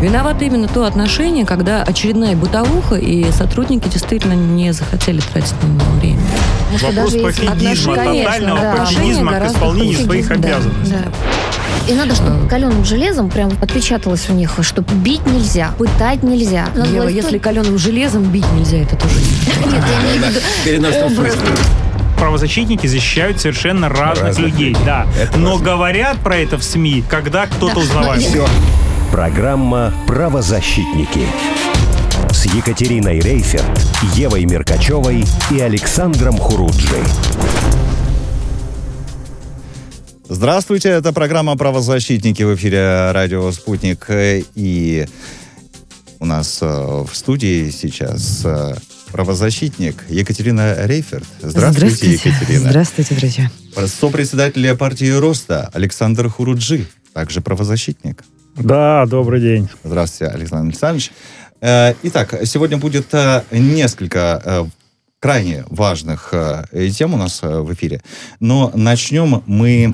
Виновато именно то отношение, когда очередная бытовуха, и сотрудники действительно не захотели тратить на него время. Вопрос пофигизма, тотального пофигизма к исполнению своих обязанностей. Да. И надо, чтобы каленым железом прям отпечаталось у них, что бить нельзя, пытать нельзя. Ева, если каленым железом бить нельзя, это тоже нет, я имею в виду образ. Правозащитники защищают совершенно разных людей, да. Но говорят про это в СМИ, когда кто-то узнавает. Все. Программа «Правозащитники» с Екатериной Рейферт, Евой Меркачевой и Александром Хуруджи. Здравствуйте, это программа «Правозащитники», в эфире радио «Спутник». И у нас в студии сейчас правозащитник Екатерина Рейферт. Здравствуйте, Екатерина. Здравствуйте, друзья. Сопредседатель партии «Роста» Александр Хуруджи, также правозащитник. Да, добрый день. Здравствуйте, Александр Александрович. Итак, сегодня будет несколько крайне важных тем у нас в эфире. Но начнем мы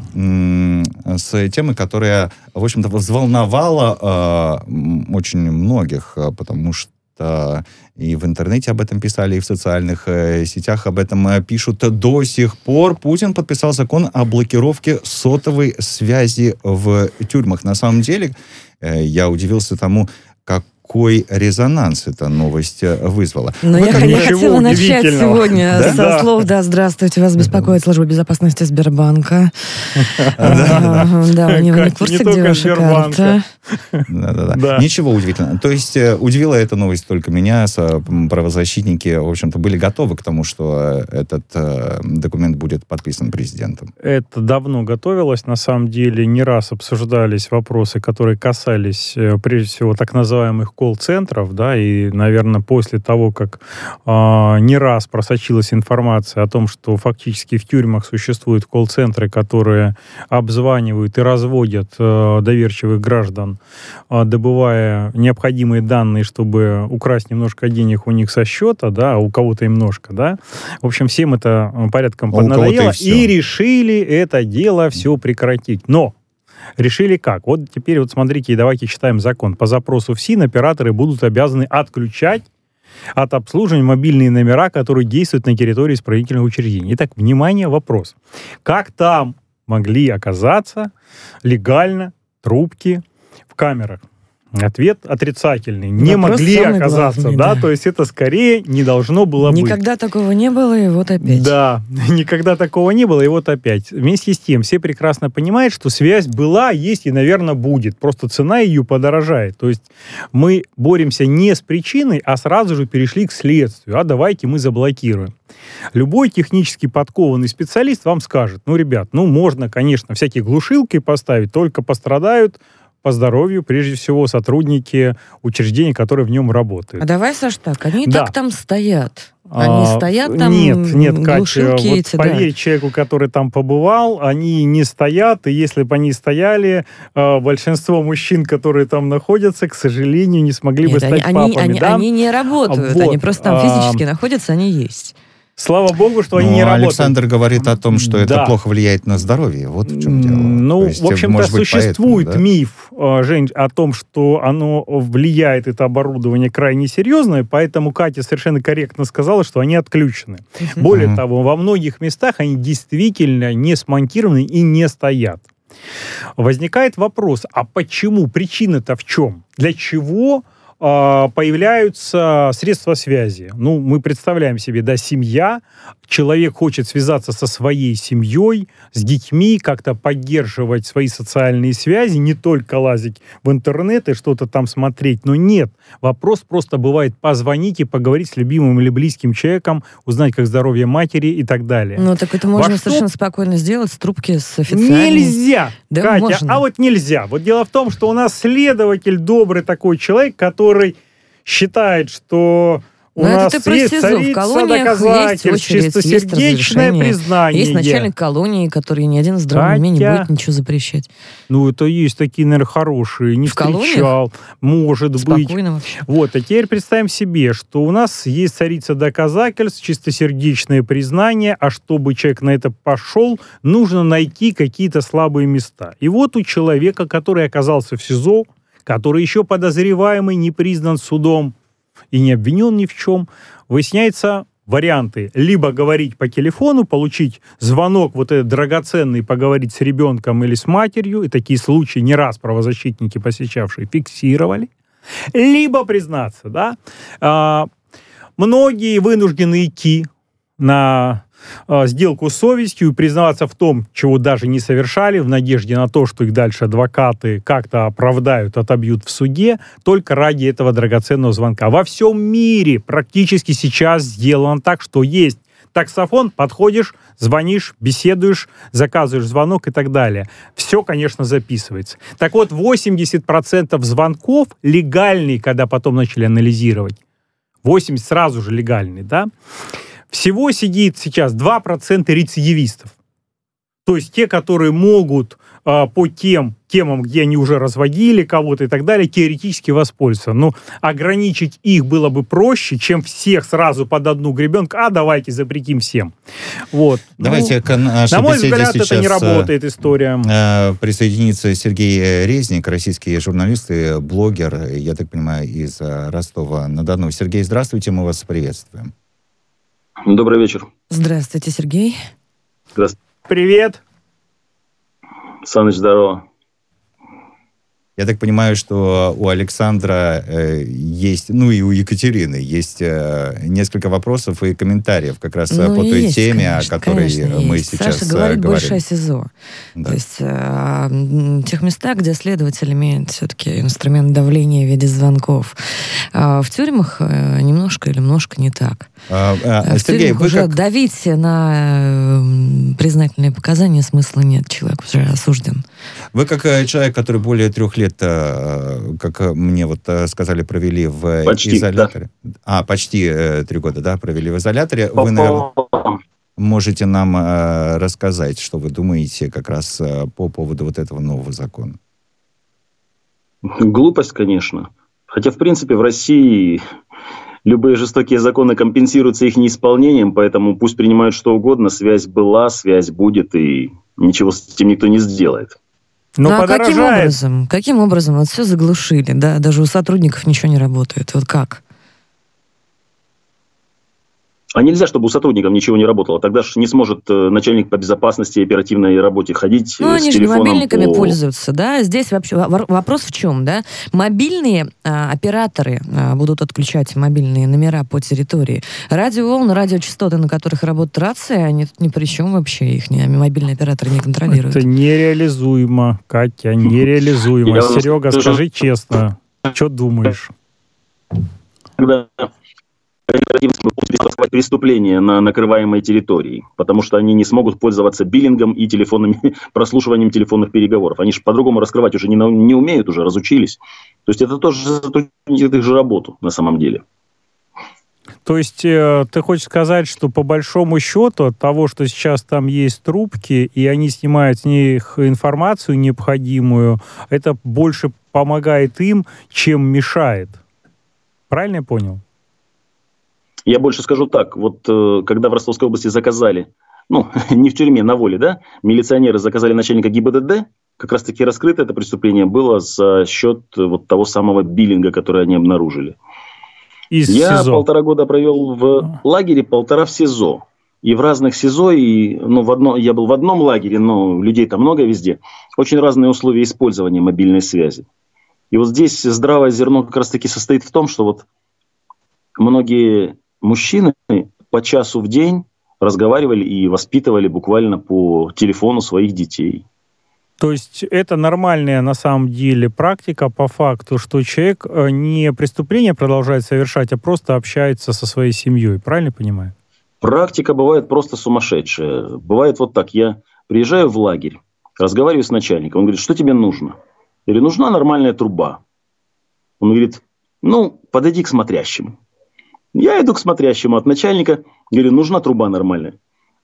с темы, которая, в общем-то, взволновала очень многих, потому что и в интернете об этом писали, и в социальных сетях об этом пишут до сих пор. Путин подписал закон о блокировке сотовой связи в тюрьмах. На самом деле, я удивился тому, какой резонанс эта новость вызвала. Но я хотела начать сегодня со слов «Здравствуйте, вас беспокоит служба безопасности Сбербанка». Да, вы не в курсе, где ваша карта? Да. Ничего удивительного. То есть удивила эта новость только меня. Правозащитники, в общем-то, были готовы к тому, что этот документ будет подписан президентом. Это давно готовилось. На самом деле не раз обсуждались вопросы, которые касались, прежде всего, так называемых колл-центров, да, и, наверное, после того, как не раз просочилась информация о том, что фактически в тюрьмах существуют колл-центры, которые обзванивают и разводят доверчивых граждан, добывая необходимые данные, чтобы украсть немножко денег у них со счета, да, а у кого-то и немножко, да. В общем, всем это порядком поднадоело, и решили это дело все прекратить. Но решили как? Вот теперь вот смотрите, давайте читаем закон. По запросу ФСИН операторы будут обязаны отключать от обслуживания мобильные номера, которые действуют на территории исправительных учреждений. Итак, внимание, вопрос. Как там могли оказаться легально трубки в камерах? Ответ отрицательный. Не могли оказаться, главный, да? То есть это скорее не должно было быть. Никогда такого не было, и вот опять. Да, никогда такого не было, и вот опять. Вместе с тем, все прекрасно понимают, что связь была, есть и, наверное, будет. Просто цена ее подорожает. То есть мы боремся не с причиной, а сразу же перешли к следствию. А давайте мы заблокируем. Любой технически подкованный специалист вам скажет, ребят, можно, конечно, всякие глушилки поставить, только пострадают по здоровью, прежде всего, сотрудники учреждений, которые в нем работают. А давай, Саш, так, они так там стоят. Они стоят там, нет, глушилки Катя, эти, поверь человеку, который там побывал, они не стоят, и если бы они стояли, большинство мужчин, которые там находятся, к сожалению, не смогли бы стать папами. Они не работают, они просто там физически находятся, они есть. Слава богу, что они не работают. Александр говорит о том, что это плохо влияет на здоровье. Вот в чем дело. В общем-то, существует миф, Жень, о том, что оно влияет, это оборудование крайне серьезное, поэтому Катя совершенно корректно сказала, что они отключены. Более того, во многих местах они действительно не смонтированы и не стоят. Возникает вопрос, а почему? Причина-то в чем? Для чего появляются средства связи? Мы представляем себе, семья, человек хочет связаться со своей семьей, с детьми, как-то поддерживать свои социальные связи, не только лазить в интернет и что-то там смотреть, но нет. Вопрос просто бывает позвонить и поговорить с любимым или близким человеком, узнать, как здоровье матери и так далее. Так это можно совершенно спокойно сделать с трубки с официальной. Нельзя, да, Катя, можно. А вот нельзя. Вот дело в том, что у нас следователь, добрый такой человек, который считает, что у нас есть царица доказательств, чистосердечное признание. Есть начальник колонии, который ни один в здравом уме не будет ничего запрещать. Это есть такие, наверное, хорошие. Не встречал. Может быть. Спокойно вообще. Вот, а теперь представим себе, что у нас есть царица доказательств, чистосердечное признание, а чтобы человек на это пошел, нужно найти какие-то слабые места. И вот у человека, который оказался в СИЗО, который еще подозреваемый, не признан судом и не обвинен ни в чем, выясняется варианты. Либо говорить по телефону, получить звонок вот этот драгоценный, поговорить с ребенком или с матерью, и такие случаи не раз правозащитники, посещавшие, фиксировали. Либо признаться, да. Многие вынуждены идти на сделку с совестью и признаваться в том, чего даже не совершали, в надежде на то, что их дальше адвокаты как-то оправдают, отобьют в суде, только ради этого драгоценного звонка. Во всем мире практически сейчас сделано так, что есть таксофон, подходишь, звонишь, беседуешь, заказываешь звонок и так далее. Все, конечно, записывается. Так вот, 80% звонков легальные, когда потом начали анализировать, 80% сразу же легальные, да, всего сидит сейчас 2% рецидивистов. То есть те, которые могут по тем темам, где они уже разводили кого-то и так далее, теоретически воспользоваться. Но ограничить их было бы проще, чем всех сразу под одну гребенку. Давайте запретим всем. Вот. Давайте к нашей на мой беседе взгляд, сейчас это не работает история. Присоединится Сергей Резник, российский журналист и блогер, я так понимаю, из Ростова-на-Дону. Сергей, здравствуйте, мы вас приветствуем. Добрый вечер. Здравствуйте, Сергей. Здравствуйте. Привет. Саныч, здорово. Я так понимаю, что у Александра есть, ну и у Екатерины есть несколько вопросов и комментариев как раз по той теме, конечно, о которой мы сейчас Саша говорит говорим. больше о СИЗО. Да. То есть в тех местах, где следователь имеет все-таки инструмент давления в виде звонков. В тюрьмах немножко или немножко не так. В Сергей, тюрьмах уже давить на признательные показания смысла нет. Человек уже осужден. Вы как человек, который более 3 лет, как мне вот сказали, провели в изоляторе. Да. Почти 3 года, да, провели в изоляторе. Вы, наверное, можете нам рассказать, что вы думаете как раз по поводу вот этого нового закона. Глупость, конечно. Хотя, в принципе, в России любые жестокие законы компенсируются их неисполнением, поэтому пусть принимают что угодно, связь была, связь будет, и ничего с этим никто не сделает. Но каким образом? Вот все заглушили, да? Даже у сотрудников ничего не работает. Вот как? А нельзя, чтобы у сотрудников ничего не работало. Тогда же не сможет начальник по безопасности и оперативной работе ходить с телефоном. Ну, они же мобильниками пользуются, да? Здесь вообще вопрос в чем, да? Мобильные операторы будут отключать мобильные номера по территории. Радиоволны, радиочастоты, на которых работает рация, они тут ни при чем вообще. Их мобильные операторы не контролируют. Это нереализуемо, Катя, нереализуемо. Серега, скажи честно, что думаешь? Когда преступления на накрываемой территории, потому что они не смогут пользоваться биллингом и прослушиванием телефонных переговоров. Они же по-другому раскрывать уже не умеют, уже разучились. То есть это тоже затруднит их же работу на самом деле. То есть ты хочешь сказать, что по большому счету от того, что сейчас там есть трубки, и они снимают с них информацию необходимую, это больше помогает им, чем мешает? Правильно я понял? Я больше скажу так, вот когда в Ростовской области заказали, не в тюрьме, на воле, да, милиционеры заказали начальника ГИБДД, как раз таки раскрыто это преступление было за счет вот того самого биллинга, который они обнаружили. Я СИЗО. 1,5 года провел в лагере, 1,5 в СИЗО. И в разных СИЗО, я был в одном лагере, но людей там много везде, очень разные условия использования мобильной связи. И вот здесь здравое зерно как раз таки состоит в том, что вот многие мужчины по часу в день разговаривали и воспитывали буквально по телефону своих детей. То есть это нормальная на самом деле практика по факту, что человек не преступление продолжает совершать, а просто общается со своей семьей. Правильно понимаю? Практика бывает просто сумасшедшая. Бывает вот так. Я приезжаю в лагерь, разговариваю с начальником. Он говорит, что тебе нужно? Я говорю, нужна нормальная труба. Он говорит, подойди к смотрящему. Я иду к смотрящему от начальника, говорю, нужна труба нормальная.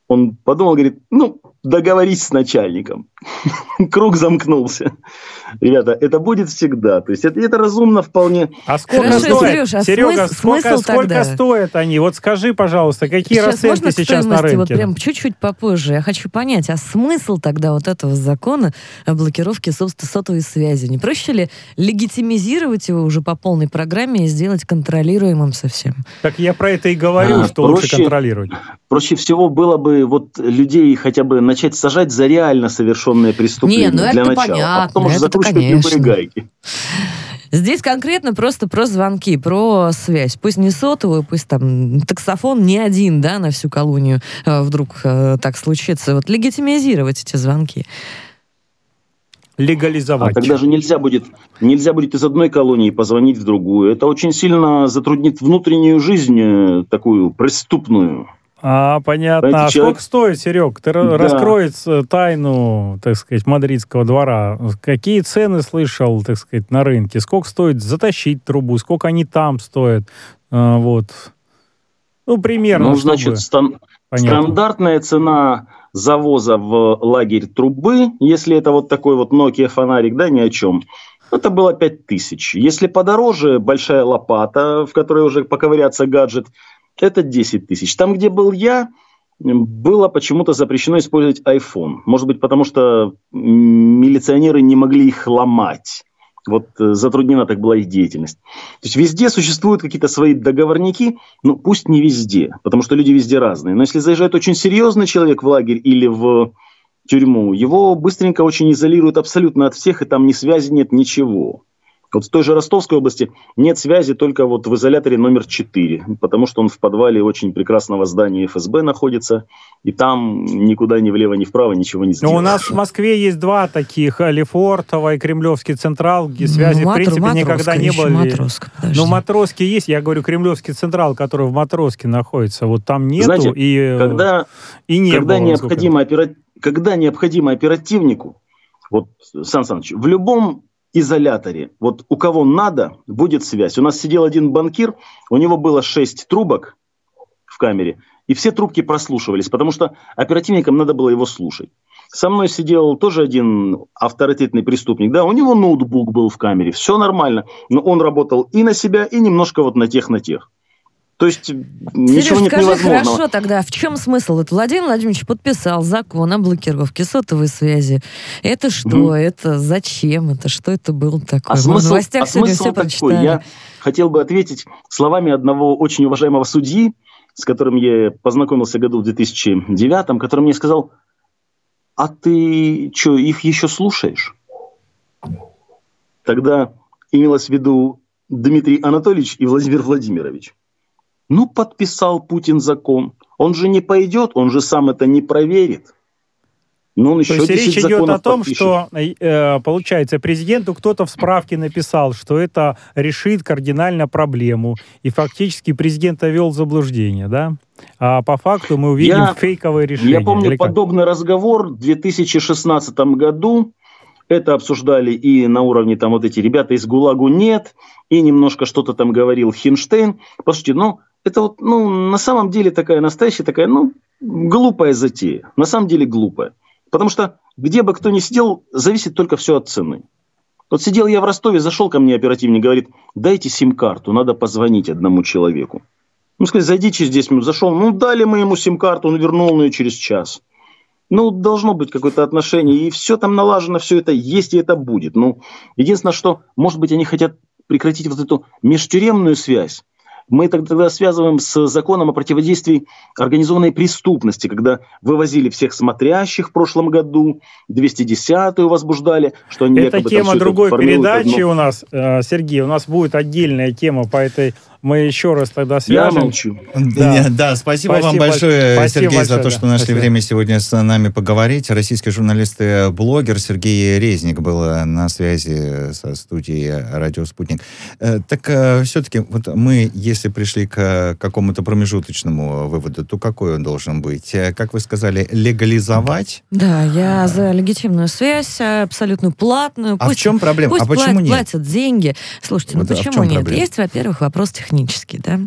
Он подумал, говорит, договорись с начальником. Круг замкнулся. Ребята, это будет всегда. То есть это разумно вполне. А сколько стоит? Серега, сколько стоят они? Вот скажи, пожалуйста, какие расценки сейчас на рынке? Вот прям чуть-чуть попозже. Я хочу понять, а смысл тогда вот этого закона о блокировке сотовой связи? Не проще ли легитимизировать его уже по полной программе и сделать контролируемым совсем? Так я про это и говорю, что лучше контролировать. Проще всего было бы людей хотя бы начать сажать за реально совершенные преступления для начала. Понятно, а потом уже закручивать любые гайки. Здесь конкретно просто про звонки, про связь. Пусть не сотовую, пусть там таксофон не один, да, на всю колонию вдруг так случится. Вот легитимизировать эти звонки. Легализовать. А тогда же нельзя будет из одной колонии позвонить в другую. Это очень сильно затруднит внутреннюю жизнь такую преступную. Понятно. Знаете, сколько стоит, Серег? Ты раскрой тайну, так сказать, мадридского двора. Какие цены слышал, так сказать, на рынке? Сколько стоит затащить трубу? Сколько они там стоят? Примерно. Значит, стандартная цена завоза в лагерь трубы, если это вот такой вот Nokia фонарик, да, ни о чем, это было 5000. Если подороже, большая лопата, в которой уже поковыряться гаджет, это 10 000. Там, где был я, было почему-то запрещено использовать iPhone. Может быть, потому что милиционеры не могли их ломать. Вот затруднена так была их деятельность. То есть везде существуют какие-то свои договорники, пусть не везде, потому что люди везде разные. Но если заезжает очень серьезный человек в лагерь или в тюрьму, его быстренько очень изолируют абсолютно от всех, и там ни связи нет, ничего. Вот в той же Ростовской области нет связи только вот в изоляторе номер 4, потому что он в подвале очень прекрасного здания ФСБ находится, и там никуда ни влево, ни вправо ничего не сделаешь. У нас в Москве есть два таких, Лефортово и Кремлевский Централ, где связи в принципе никогда не было. Матросский есть, я говорю, Кремлевский Централ, который в Матроске находится, вот там нету. Знаете, когда необходимо оперативнику, вот, Сан Саныч, в любом изоляторе, вот у кого надо, будет связь. У нас сидел один банкир, у него было 6 трубок в камере, и все трубки прослушивались, потому что оперативникам надо было его слушать. Со мной сидел тоже один авторитетный преступник, да, у него ноутбук был в камере, все нормально, но он работал и на себя, и немножко вот на тех. То есть ничего нет невозможного. Скажи, хорошо тогда, в чем смысл? Вот Владимир Владимирович подписал закон о блокировке сотовой связи. Это что? Это зачем? Это что это было такое? В новостях сегодня все прочитали. Я хотел бы ответить словами одного очень уважаемого судьи, с которым я познакомился году в 2009, который мне сказал: а ты что, их еще слушаешь? Тогда имелось в виду Дмитрий Анатольевич и Владимир Владимирович. Подписал Путин закон. Он же не пойдет, он же сам это не проверит. Но он еще То есть речь идет о том, подпишет. что, получается, президенту кто-то в справке написал, что это решит кардинально проблему, и фактически президента ввел в заблуждение, да? А по факту мы увидим фейковые решения. Я помню подобный разговор в 2016 году. Это обсуждали и на уровне там вот эти ребята из ГУЛАГу нет, и немножко что-то там говорил Хинштейн. Послушайте, это вот, на самом деле такая настоящая, такая, глупая затея. На самом деле глупая. Потому что где бы кто ни сидел, зависит только все от цены. Вот сидел я в Ростове, зашел ко мне оперативник, говорит: дайте сим-карту, надо позвонить одному человеку. Сказали: зайди через 10 минут. Зашел, дали мы ему сим-карту, он вернул ее через час. Должно быть какое-то отношение, и все там налажено, все это есть, и это будет. Единственное, что, может быть, они хотят прекратить вот эту межтюремную связь. Мы тогда связываем с законом о противодействии организованной преступности, когда вывозили всех смотрящих в прошлом году, 210-ю возбуждали, что они это тема другой передачи у нас, Сергей, у нас будет отдельная тема по этой. Мы еще раз тогда свяжем. Я молчу. Да, спасибо вам большое, Сергей, за то, что нашли время сегодня с нами поговорить. Российский журналист и блогер Сергей Резник был на связи со студией «Радио Спутник». Так все-таки вот мы, если пришли к какому-то промежуточному выводу, то какой он должен быть? Как вы сказали, легализовать? Да, я за легитимную связь, абсолютно платную. В чем проблема? Пусть почему нет? Платят деньги. Слушайте, почему нет? Проблема? Есть, во-первых, вопрос технический, да?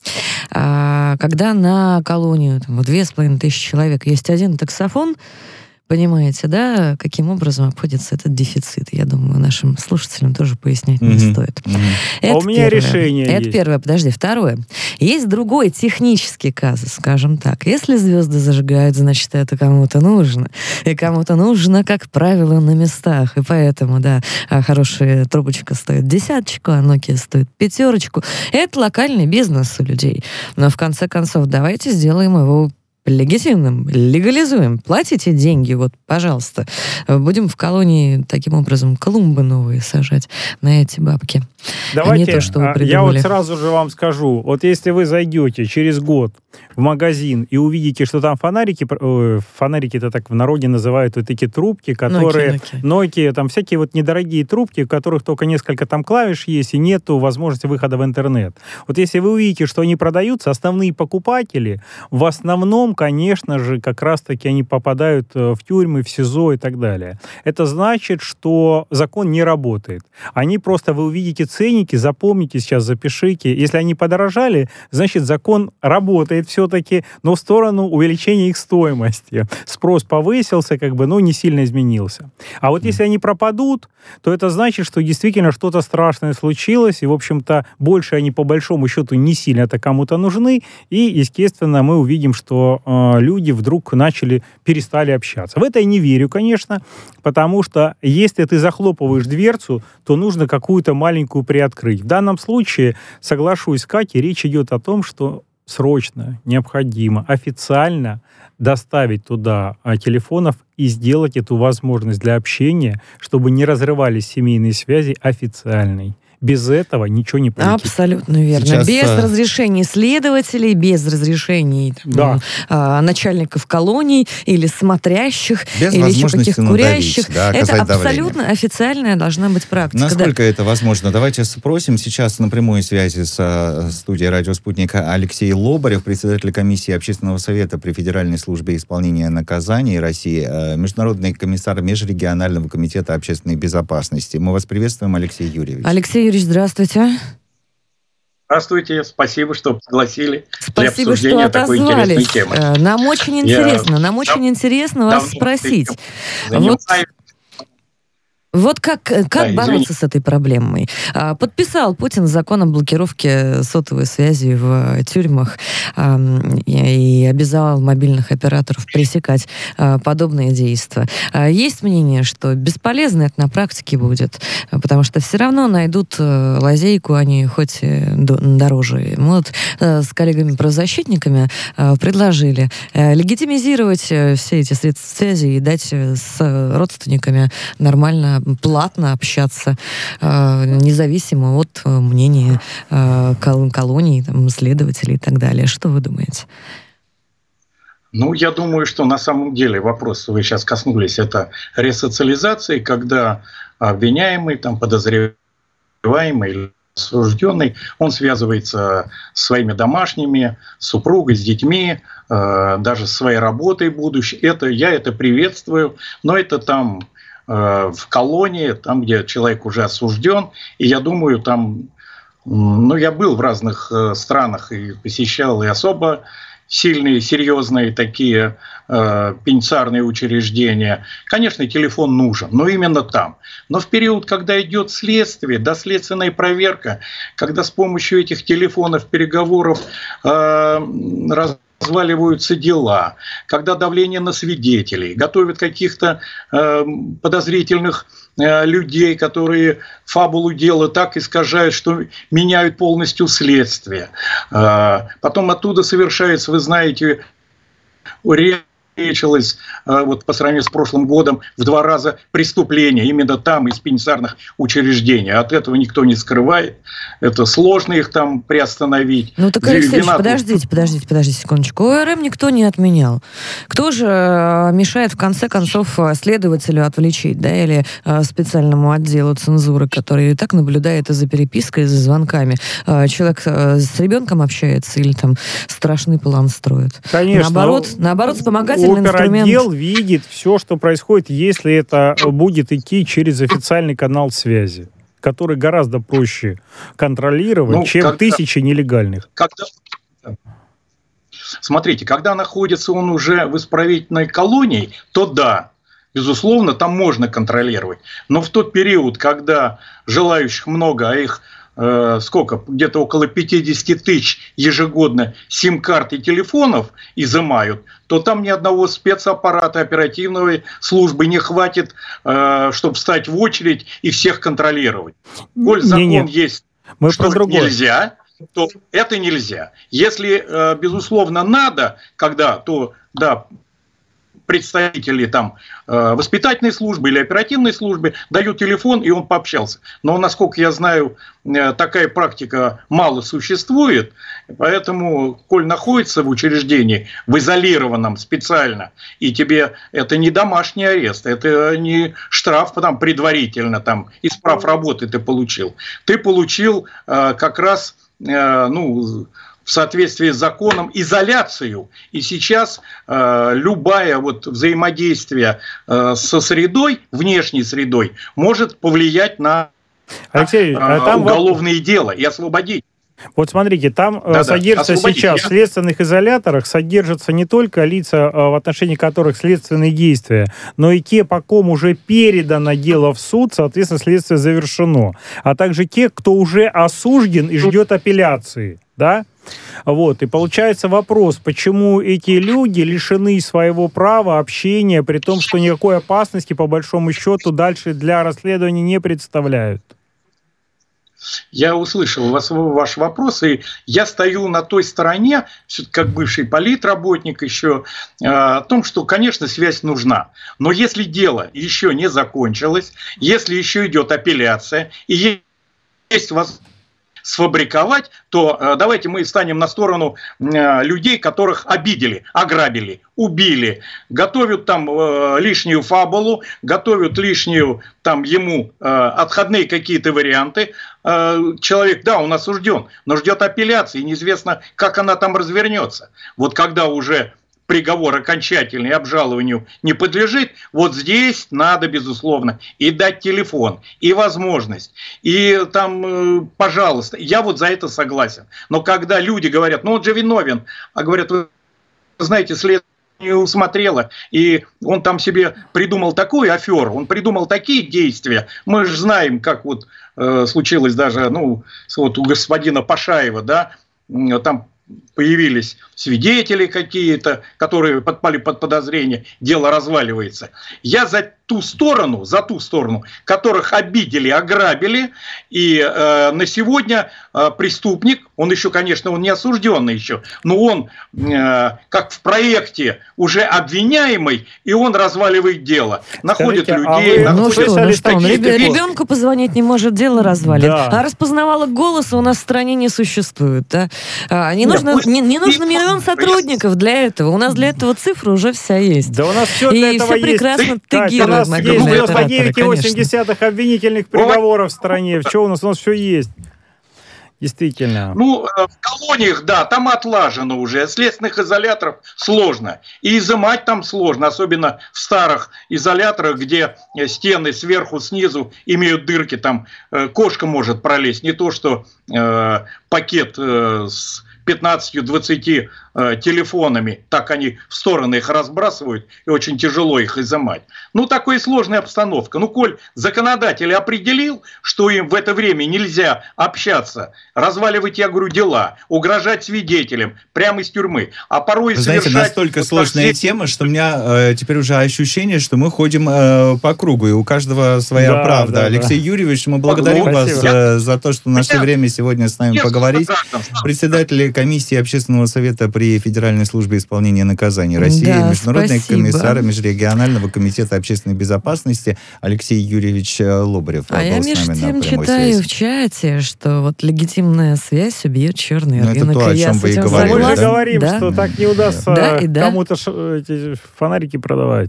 Когда на колонию, там, 2500 человек есть один таксофон, понимаете, да, каким образом обходится этот дефицит? Я думаю, нашим слушателям тоже пояснять не стоит. А у меня решение есть. Это первое. Подожди, второе. Есть другой технический казус, скажем так. Если звезды зажигают, значит, это кому-то нужно. И кому-то нужно, как правило, на местах. И поэтому, да, хорошая трубочка стоит 10, а Nokia стоит 5. Это локальный бизнес у людей. Но в конце концов, давайте сделаем его легитимным, легализуем. Платите деньги, вот, пожалуйста. Будем в колонии таким образом клумбы новые сажать на эти бабки. Давайте, а не то, что вы придумали. Я вот сразу же вам скажу, вот если вы зайдете через год в магазин и увидите, что там фонарики-то так в народе называют вот эти трубки, которые... Nokia, там всякие вот недорогие трубки, в которых только несколько там клавиш есть, и нету возможности выхода в интернет. Вот если вы увидите, что они продаются, основные покупатели в основном, конечно же, как раз-таки они попадают в тюрьмы, в СИЗО и так далее. Это значит, что закон не работает. Они просто, вы увидите ценники, запомните сейчас, запишите. Если они подорожали, значит, закон работает все-таки, но в сторону увеличения их стоимости. Спрос повысился, но не сильно изменился. А вот если они пропадут, то это значит, что действительно что-то страшное случилось, и, в общем-то, больше они по большому счету не сильно-то кому-то нужны, и, естественно, мы увидим, что люди вдруг перестали общаться. В это я не верю, конечно, потому что если ты захлопываешь дверцу, то нужно какую-то маленькую приоткрыть. В данном случае, соглашусь с Катей, речь идет о том, что срочно, необходимо, официально доставить туда телефонов и сделать эту возможность для общения, чтобы не разрывались семейные связи официальной. Без этого ничего не полетит. Абсолютно верно. Сейчас, без разрешений следователей, без разрешений начальников колоний или смотрящих, без или еще каких-то курящих. Да, это абсолютно официальная должна быть практика. Насколько это возможно? Давайте спросим. Сейчас на прямой связи с студией «Радио Спутник» Алексей Лобарев, председатель комиссии Общественного совета при Федеральной службе исполнения наказаний России, международный комиссар Межрегионального комитета общественной безопасности. Мы вас приветствуем, Алексей Юрьевич. Алексей Юрьевич, здравствуйте. Здравствуйте, спасибо, что пригласили для Спасибо, обсуждения что такой интересной темы. Нам очень интересно вас спросить. Вот как бороться с этой проблемой? Подписал Путин закон о блокировке сотовой связи в тюрьмах и обязал мобильных операторов пресекать подобные действия. Есть мнение, что бесполезно это на практике будет, потому что все равно найдут лазейку, они хоть дороже. Мы вот с коллегами-правозащитниками предложили легитимизировать все эти средства связи и дать с родственниками нормально платно общаться, независимо от мнения колоний, следователей и так далее. Что вы думаете? Я думаю, что на самом деле вопрос, вы сейчас коснулись, это ресоциализации, когда обвиняемый, подозреваемый или осужденный, он связывается с своими домашними, с супругой, с детьми, даже с своей работой будущей. Я это приветствую, но это в колонии, там, где человек уже осужден. И я думаю, я был в разных странах и посещал и особо сильные, серьезные такие пенитенциарные учреждения. Конечно, телефон нужен, но именно там. Но в период, когда идет следствие, доследственная проверка, когда с помощью этих телефонов, переговоров разваливаются дела, когда давление на свидетелей, готовят каких-то подозрительных людей, которые фабулу дела так искажают, что меняют полностью следствие. Потом оттуда совершается, вы знаете, увеличилось по сравнению с прошлым годом в 2 раза преступления именно там, из пенитенциарных учреждений. От этого никто не скрывает. Это сложно их там приостановить. Так, Алексей, подождите секундочку. ОРМ никто не отменял. Кто же мешает, в конце концов, следователю отвлечить, или специальному отделу цензуры, который и так наблюдает и за перепиской, и за звонками? Человек с ребенком общается или страшный план строит? Конечно. Наоборот, вспомогательный оперотдел видит все, что происходит, если это будет идти через официальный канал связи, который гораздо проще контролировать, чем тысячи нелегальных. Смотрите, когда находится он уже в исправительной колонии, то да, безусловно, там можно контролировать. Но в тот период, когда желающих много, а их сколько? Где-то около 50 тысяч ежегодно сим-карт и телефонов изымают, то там ни одного спецаппарата оперативной службы не хватит, чтобы встать в очередь и всех контролировать. Коль закон есть, мы что нельзя, то это нельзя. Если, безусловно, надо, то да, представители там воспитательной службы или оперативной службы дают телефон, и он пообщался. Но, насколько я знаю, такая практика мало существует, поэтому, коль находится в учреждении, в изолированном специально, и тебе это не домашний арест, это не штраф там, предварительно, там, из прав работы ты получил. Ты получил как раз в соответствии с законом изоляцию. И сейчас любое взаимодействие со средой, внешней средой, может повлиять на Алексей, уголовные дела и освободить. Вот смотрите, там содержатся сейчас в следственных изоляторах содержатся не только лица, в отношении которых следственные действия, но и те, по ком уже передано дело в суд, соответственно, следствие завершено, а также те, кто уже осужден и ждет апелляции, да? Вот, и получается вопрос, почему эти люди лишены своего права общения, при том, что никакой опасности, по большому счету, дальше для расследования не представляют? Я услышал ваш вопрос, и я стою на той стороне, как бывший политработник еще, о том, что, конечно, связь нужна. Но если дело еще не закончилось, если еще идет апелляция, и есть возможность сфабриковать, то давайте мы станем на сторону людей, которых обидели, ограбили, убили, готовят там лишнюю фабулу, готовят лишнюю там ему отходные какие-то варианты. Человек, да, он осужден, но ждет апелляции, неизвестно, как она там развернется. Вот когда уже приговор окончательный, обжалованию не подлежит, вот здесь надо, безусловно, и дать телефон, и возможность, и там, пожалуйста, я вот за это согласен. Но когда люди говорят, он же виновен, а говорят, вы знаете, следствие не усмотрело, и он там себе придумал такую аферу, он придумал такие действия, мы же знаем, как случилось даже, у господина Пашаева, да, там появились свидетели какие-то, которые подпали под подозрение, дело разваливается. Я за ту сторону, которых обидели, ограбили, и на сегодня преступник, он еще, конечно, он не осужденный еще, но он, как в проекте, уже обвиняемый, и он разваливает дело. Находит людей, ребенку позвонить не может, дело развалит. Да. А распознавалок голоса у нас в стране не существует. Да? Не нужно миллион сотрудников для этого. У нас для этого цифра уже вся есть. Да у нас все для этого есть. И все прекрасно тегируют мобильные операторы, 99,8 обвинительных приговоров в стране. Что у нас все есть. Действительно. В колониях, да, там отлажено уже. Следственных изоляторов сложно. И изымать там сложно, особенно в старых изоляторах, где стены сверху, снизу имеют дырки, там кошка может пролезть. Не то, что пакет с 15-20 телефонами, так они в стороны их разбрасывают, и очень тяжело их изымать. Такая сложная обстановка. Коль законодатель определил, что им в это время нельзя общаться, разваливать, я говорю, дела, угрожать свидетелям прямо из тюрьмы, а порой совершать... Знаете, настолько сложная тема, что у меня теперь уже ощущение, что мы ходим по кругу, и у каждого своя правда. Да, Алексей Юрьевич, мы благодарим вас за то, что нашли время сегодня с нами поговорить. Председатель комиссии Общественного совета при Федеральной службе исполнения наказаний России, международный комиссар межрегионального комитета общественной безопасности Алексей Юрьевич Лобарев. А я между тем читаю в чате, что легитимная связь убьет черный рынок. Это то, о чем вы и говорили. Мы говорим, что так не удастся кому-то эти фонарики продавать.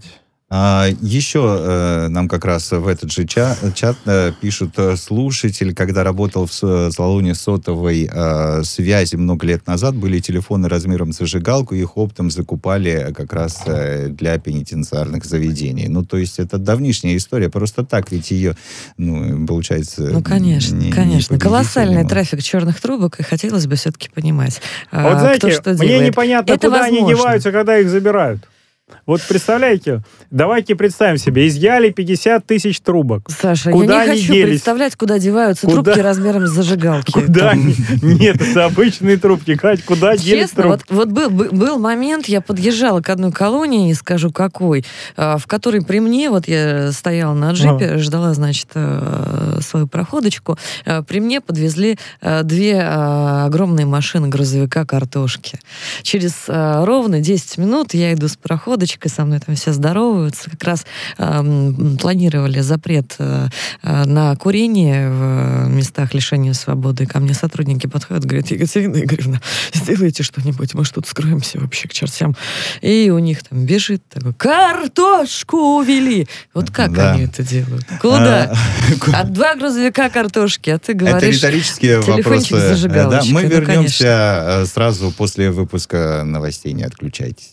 Еще нам как раз в этот же чат пишут слушатель, когда работал в салоне сотовой связи много лет назад, были телефоны размером с зажигалку, их оптом закупали как раз для пенитенциарных заведений. Ну, то есть это давнишняя история, просто так ведь ее, получается... Ну, конечно, конечно. Колоссальный трафик черных трубок, и хотелось бы все-таки понимать, вот знаете, кто что мне делает. непонятно, это куда возможно. они деваются, когда их забирают. Вот представляете, давайте представим себе, изъяли 50 тысяч трубок. Саша, куда я не они хочу делись? представлять, куда деваются трубки размером с зажигалки. Куда они? Нет, это обычные трубки. Кать, куда делись Честно, трубки? вот был момент, я подъезжала к одной колонии, не скажу какой, в которой при мне, вот я стояла на джипе, ждала, значит, свою проходочку, при мне подвезли 2 огромные машины грузовика картошки. Через ровно 10 минут я иду с проходочкой, со мной там все здороваются, как раз планировали запрет на курение в местах лишения свободы. Ко мне сотрудники подходят, говорят: Екатерина Игоревна, сделайте что-нибудь, мы что-то скроемся вообще к чертям. И у них там бежит такой: картошку увели. Вот как они это делают? Куда? 2 грузовика картошки, а ты говоришь... Это риторические телефончик вопросы. с зажигалочкой. Мы Ну, вернемся сразу после выпуска новостей, не отключайтесь.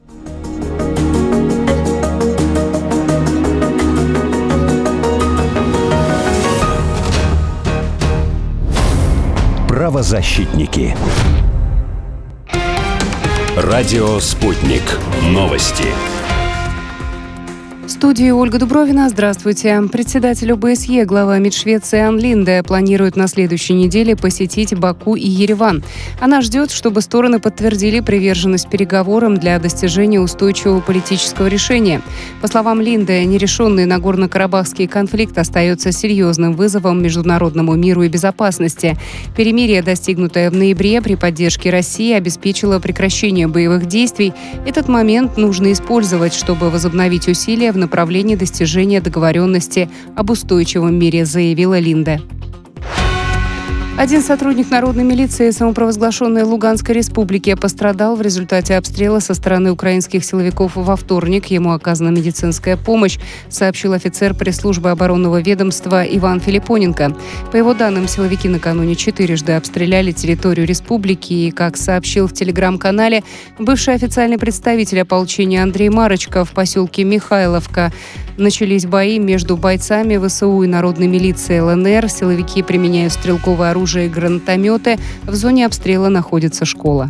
Правозащитники. Радио «Спутник». Новости. В студии Ольга Дубровина. Здравствуйте. Председатель ОБСЕ, глава МИД Швеции Ан Линде планирует на следующей неделе посетить Баку и Ереван. Она ждет, чтобы стороны подтвердили приверженность переговорам для достижения устойчивого политического решения. По словам Линде, нерешенный Нагорно-Карабахский конфликт остается серьезным вызовом международному миру и безопасности. Перемирие, достигнутое в ноябре при поддержке России, обеспечило прекращение боевых действий. Этот момент нужно использовать, чтобы возобновить усилия в направлении достижения договоренности об устойчивом мире, заявила Линде. Один сотрудник народной милиции самопровозглашенной Луганской республики пострадал в результате обстрела со стороны украинских силовиков во вторник. Ему оказана медицинская помощь, сообщил офицер пресс-службы оборонного ведомства Иван Филиппоненко. По его данным, силовики накануне 4-жды обстреляли территорию республики. И, как сообщил в телеграм-канале бывший официальный представитель ополчения Андрей Марочка, в поселке Михайловка начались бои между бойцами ВСУ и народной милиции ЛНР. Силовики применяют стрелковое оружие и гранатометы. В зоне обстрела находится школа.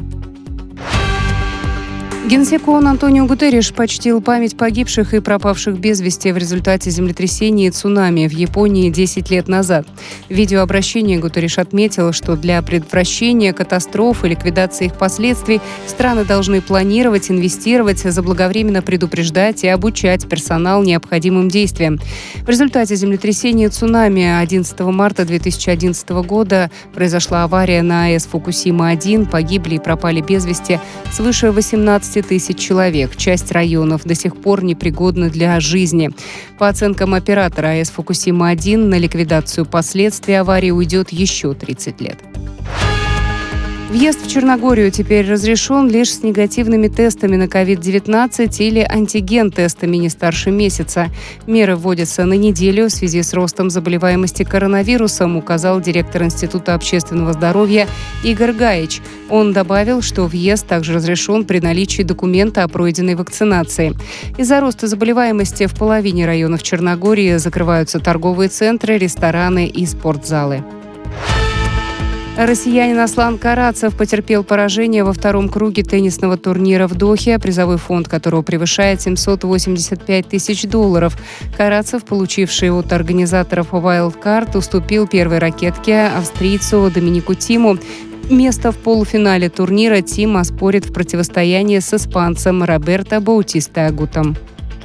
Генсек ООН Антонио Гутерриш почтил память погибших и пропавших без вести в результате землетрясения и цунами в Японии 10 лет назад. В видеообращении Гутерриш отметил, что для предотвращения катастроф и ликвидации их последствий страны должны планировать, инвестировать, заблаговременно предупреждать и обучать персонал необходимым действиям. В результате землетрясения и цунами 11 марта 2011 года произошла авария на АЭС Фукусима-1, погибли и пропали без вести свыше 18 тысяч человек. Часть районов до сих пор непригодна для жизни. По оценкам оператора АЭС Фукусима-1, на ликвидацию последствий аварии уйдет еще 30 лет. Въезд в Черногорию теперь разрешен лишь с негативными тестами на COVID-19 или антиген-тестами не старше месяца. Меры вводятся на неделю в связи с ростом заболеваемости коронавирусом, указал директор Института общественного здоровья Игорь Гаич. Он добавил, что въезд также разрешен при наличии документа о пройденной вакцинации. Из-за роста заболеваемости в половине районов Черногории закрываются торговые центры, рестораны и спортзалы. Россиянин Аслан Карацев потерпел поражение во втором круге теннисного турнира в Дохе, призовой фонд которого превышает $785 тысяч. Карацев, получивший от организаторов Wildcard, уступил первой ракетке австрийцу Доминику Тиму. Место в полуфинале турнира Тим оспорит в противостоянии с испанцем Роберто Баутиста Агутом.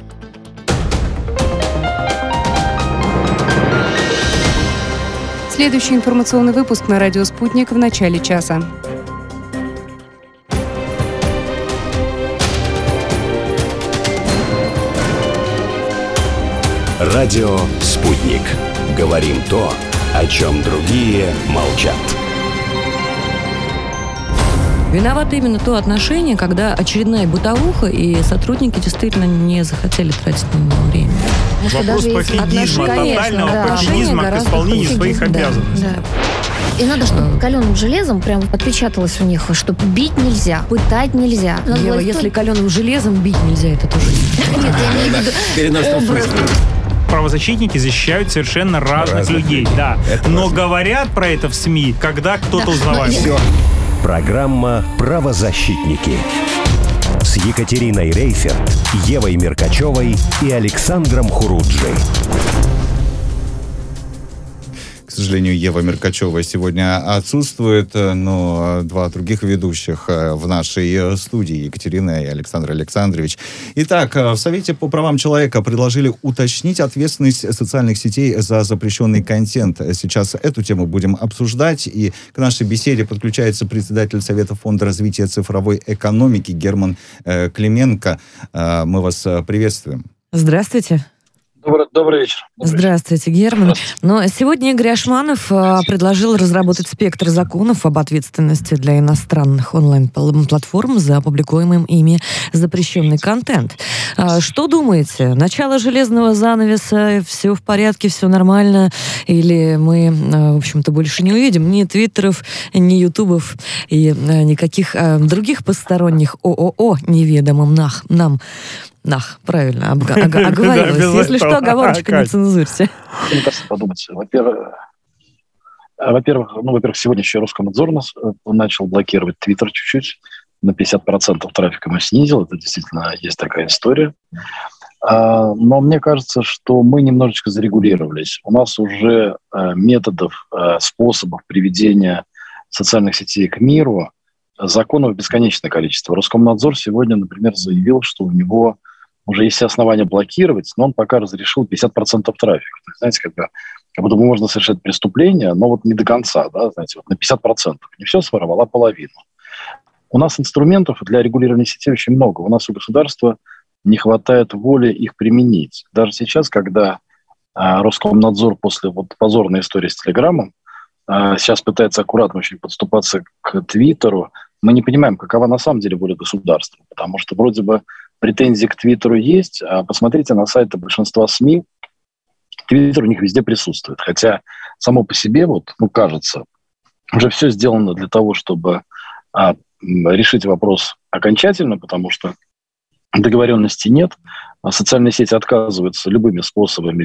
Следующий информационный выпуск на радио «Спутник» в начале часа. Радио «Спутник». Говорим то, о чем другие молчат. Виновато именно то отношение, когда очередная бытовуха, и сотрудники действительно не захотели тратить на него время. Вопрос пофигизма, тотального пофигизма к исполнению своих обязанностей. И надо, чтобы каленым железом прям отпечаталось у них, что бить нельзя, пытать нельзя. Ева, если каленым железом бить нельзя, это тоже не... Нет, я имею в виду образно. Правозащитники защищают совершенно разных людей, да. Но говорят про это в СМИ, когда кто-то узнавает. Программа «Правозащитники» с Екатериной Рейферт, Евой Меркачевой и Александром Хуруджи. К сожалению, Ева Меркачева сегодня отсутствует, но два других ведущих в нашей студии, Екатерина и Александр Александрович. Итак, в Совете по правам человека предложили уточнить ответственность социальных сетей за запрещенный контент. Сейчас эту тему будем обсуждать, и к нашей беседе подключается председатель Совета фонда развития цифровой экономики Герман Клименко. Мы вас приветствуем. Здравствуйте. Добрый вечер. Здравствуйте, Герман. Но сегодня Игорь Ашманов предложил разработать спектр законов об ответственности для иностранных онлайн-платформ за опубликуемым ими запрещенный контент. Что думаете? Начало железного занавеса, все в порядке, все нормально? Или мы, в общем-то, больше не увидим ни твиттеров, ни ютубов и никаких других посторонних ООО неведомым нам? Правильно, оговорилась. Если что, оговорочка не цензурьте. Мне кажется, подумать. Во-первых, сегодня еще Роскомнадзор начал блокировать Твиттер чуть-чуть. На 50% трафика мы снизил. Это действительно есть такая история. Но мне кажется, что мы немножечко зарегулировались. У нас уже методов, способов приведения социальных сетей к миру, законов бесконечное количество. Роскомнадзор сегодня, например, заявил, что у него уже есть основания блокировать, но он пока разрешил 50% трафика. То есть, знаете, как будто можно совершать преступление, но вот не до конца, да, знаете, вот на 50%. Не все своровал, а половину. У нас инструментов для регулирования сетей очень много. У нас у государства не хватает воли их применить. Даже сейчас, когда Роскомнадзор после позорной истории с Телеграмом сейчас пытается аккуратно очень подступаться к Твиттеру, мы не понимаем, какова на самом деле воля государства. Потому что вроде бы претензии к Твиттеру есть, а посмотрите на сайты большинства СМИ, Твиттер у них везде присутствует. Хотя само по себе, кажется, уже все сделано для того, чтобы решить вопрос окончательно, потому что договоренности нет, социальные сети отказываются любыми способами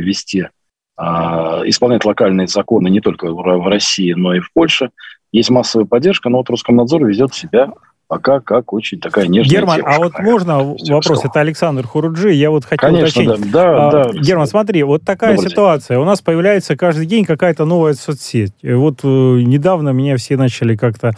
исполнять локальные законы не только в России, но и в Польше. Есть массовая поддержка, но Роскомнадзор ведет себя пока как очень такая нежная Герман, девушка. а вот можно вопрос? Это Александр Хуруджи. Я хотел уточнить. Да. Герман, смотри, вот такая ситуация. У нас появляется каждый день какая-то новая соцсеть. Недавно меня все начали как-то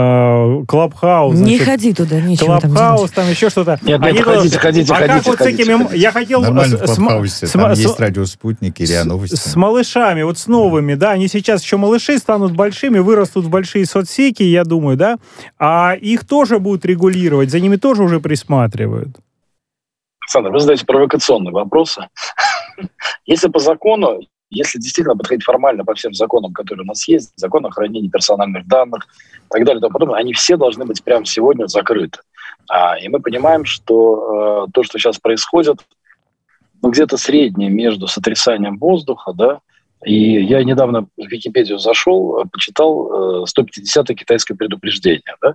Клабхаус. Не ходи туда, ничего там делать. Клабхаус, там еще что-то. Нет, ходите. Как вот с этими... Я хотел... Нормально в Клабхаусе. Там есть радио «Спутник» и РИА Новости. С малышами, с новыми, да. Они сейчас еще малыши станут большими, вырастут в большие соцсети, я думаю, да. А их тоже будут регулировать, за ними тоже уже присматривают. Александр, вы задаете провокационные вопросы. Если по закону, если действительно подходить формально по всем законам, которые у нас есть, закон о хранении персональных данных и так далее и тому подобное, они все должны быть прямо сегодня закрыты. И мы понимаем, что то, что сейчас происходит, где-то среднее между сотрясанием воздуха, да, и я недавно в Википедию зашел, почитал 150-е китайское предупреждение, да.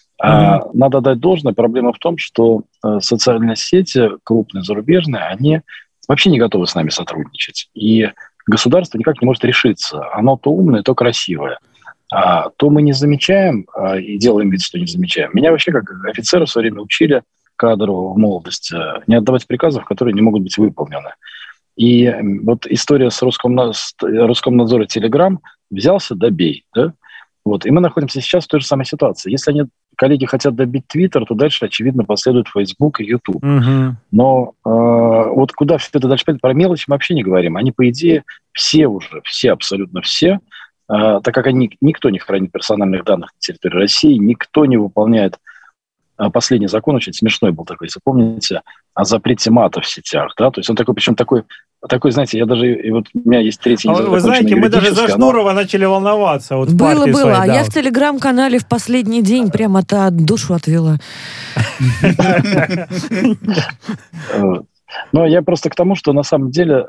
Надо дать должное. Проблема в том, что социальные сети, крупные, зарубежные, они вообще не готовы с нами сотрудничать. И государство никак не может решиться. Оно то умное, то красивое. То мы не замечаем и делаем вид, что не замечаем. Меня вообще, как офицера, в свое время учили кадрово в молодости не отдавать приказов, которые не могут быть выполнены. И вот история с Роскомнадзора Telegram взялся, добей, да? И мы находимся сейчас в той же самой ситуации. Если коллеги хотят добить Твиттер, то дальше, очевидно, последует Facebook и YouTube. Но куда все это дальше пойдет? Про мелочи мы вообще не говорим. Они, по идее, все, абсолютно все, так как никто не хранит персональных данных на территории России, никто не выполняет последний закон очень смешной был такой, если помните, о запрете мата в сетях, да, то есть он такой, причем такой, знаете, я даже, и вот у меня есть третий... Вы знаете, мы даже за Шнурова начали волноваться. Вот было, своей, а я в Телеграм-канале в последний день прямо-то душу отвела. Но я просто к тому, что на самом деле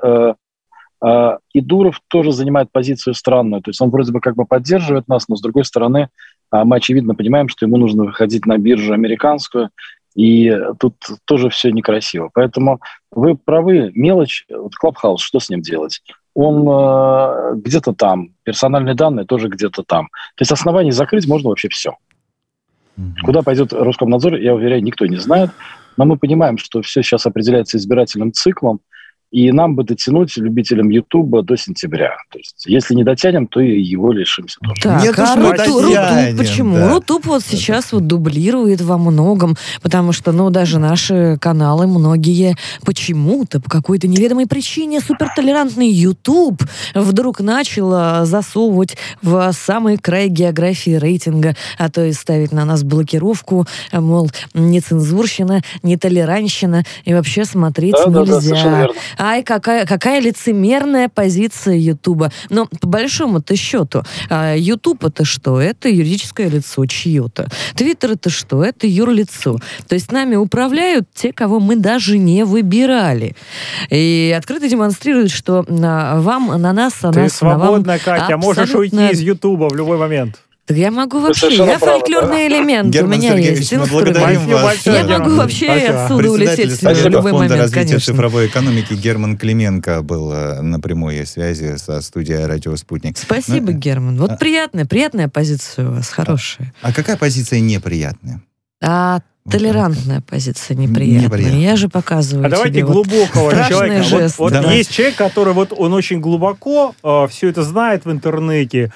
и Дуров тоже занимает позицию странную, то есть он вроде бы как бы поддерживает нас, но с другой стороны мы очевидно понимаем, что ему нужно выходить на биржу американскую, и тут тоже все некрасиво. Поэтому вы правы, мелочь, вот Клабхаус, что с ним делать? Он где-то там, персональные данные тоже где-то там. То есть оснований закрыть можно вообще все. Куда пойдет Роскомнадзор, я уверяю, никто не знает, но мы понимаем, что все сейчас определяется избирательным циклом, и нам бы дотянуть любителям Ютуба до сентября. То есть, если не дотянем, то и его лишимся тоже. Так, нет, Рутуб почему? Да. Рутуб вот сейчас вот дублирует во многом, потому что, даже наши каналы, многие почему-то, по какой-то неведомой причине, супертолерантный Ютуб вдруг начал засовывать в самый край географии рейтинга, а то и ставить на нас блокировку, мол, нецензурщина, нетолерантщина, и вообще смотреть нельзя. Ай, какая лицемерная позиция Ютуба. Но по большому-то счету, Ютуб это что? Это юридическое лицо чье-то. Твиттер это что? Это юрлицо. То есть нами управляют те, кого мы даже не выбирали. И открыто демонстрируют, что вам, на нас, Ты нас, свободна, Катя, можешь уйти из Ютуба в любой момент. Так я могу вообще, я фольклорный элемент, у меня есть. Мы благодарим вас. Я могу вообще отсюда улететь в любой момент, развития цифровой экономики Герман Клименко был на прямой связи со студией «Радио Спутник». Спасибо, Герман. Вот приятная позиция у вас, хорошая. А какая позиция неприятная? Толерантная позиция неприятная. Я же показываю. А давайте глубокого человека. Вот есть человек, который он очень глубоко все это знает в интернете.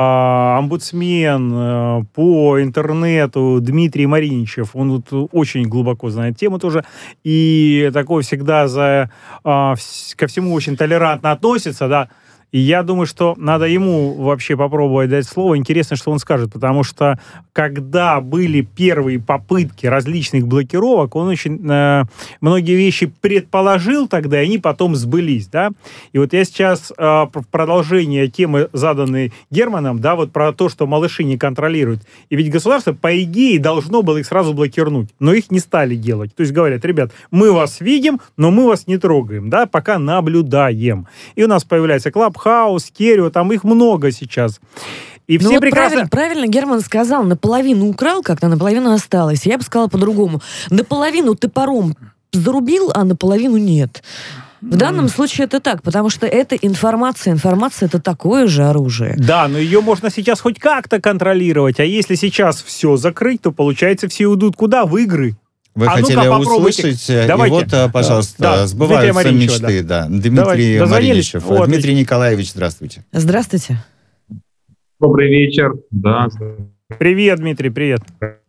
Омбудсмен по интернету Дмитрий Мариничев. Он очень глубоко знает тему тоже. И такой всегда ко всему очень толерантно относится, да. И я думаю, что надо ему вообще попробовать дать слово. Интересно, что он скажет, потому что когда были первые попытки различных блокировок, он очень многие вещи предположил тогда, и они потом сбылись, да. И вот я сейчас в продолжение темы, заданной Германом, да, вот про то, что малыши не контролируют. И ведь государство, по идее, должно было их сразу блокировать, но их не стали делать. То есть говорят, ребят, мы вас видим, но мы вас не трогаем, да, пока наблюдаем. И у нас появляется Клабхаус, Керио, там их много сейчас. И все прекрасно... Правильно Герман сказал, наполовину украл, как-то наполовину осталось. Я бы сказала по-другому. Наполовину топором зарубил, а наполовину нет. В данном случае это так, потому что это информация. Информация — это такое же оружие. Да, но ее можно сейчас хоть как-то контролировать. А если сейчас все закрыть, то, получается, все уйдут куда? В игры. Вы хотели услышать, давайте. И вот, пожалуйста, сбываются мечты. Да. Дмитрий Мариничев. Вот. Дмитрий Николаевич, здравствуйте. Здравствуйте. Добрый вечер. Да. Привет, Дмитрий, привет.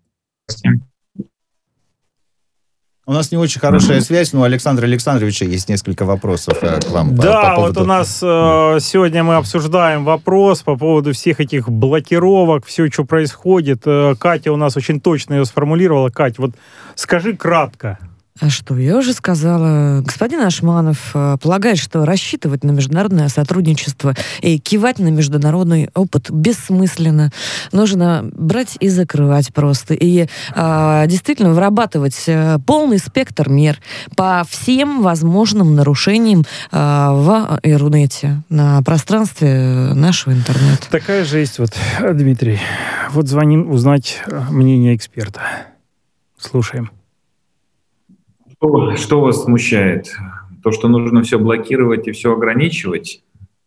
У нас не очень хорошая связь, но у Александра Александровича есть несколько вопросов к вам. Да, вот у нас сегодня мы обсуждаем вопрос по поводу всех этих блокировок, все, что происходит. Катя у нас очень точно ее сформулировала. Кать, вот скажи кратко. А что, я уже сказала. Господин Ашманов полагает, что рассчитывать на международное сотрудничество и кивать на международный опыт бессмысленно. Нужно брать и закрывать просто. И действительно вырабатывать полный спектр мер по всем возможным нарушениям в Рунете, на пространстве нашего интернета. Такая жесть, вот, Дмитрий. Вот звоним узнать мнение эксперта. Слушаем. Что вас смущает? То, что нужно все блокировать и все ограничивать?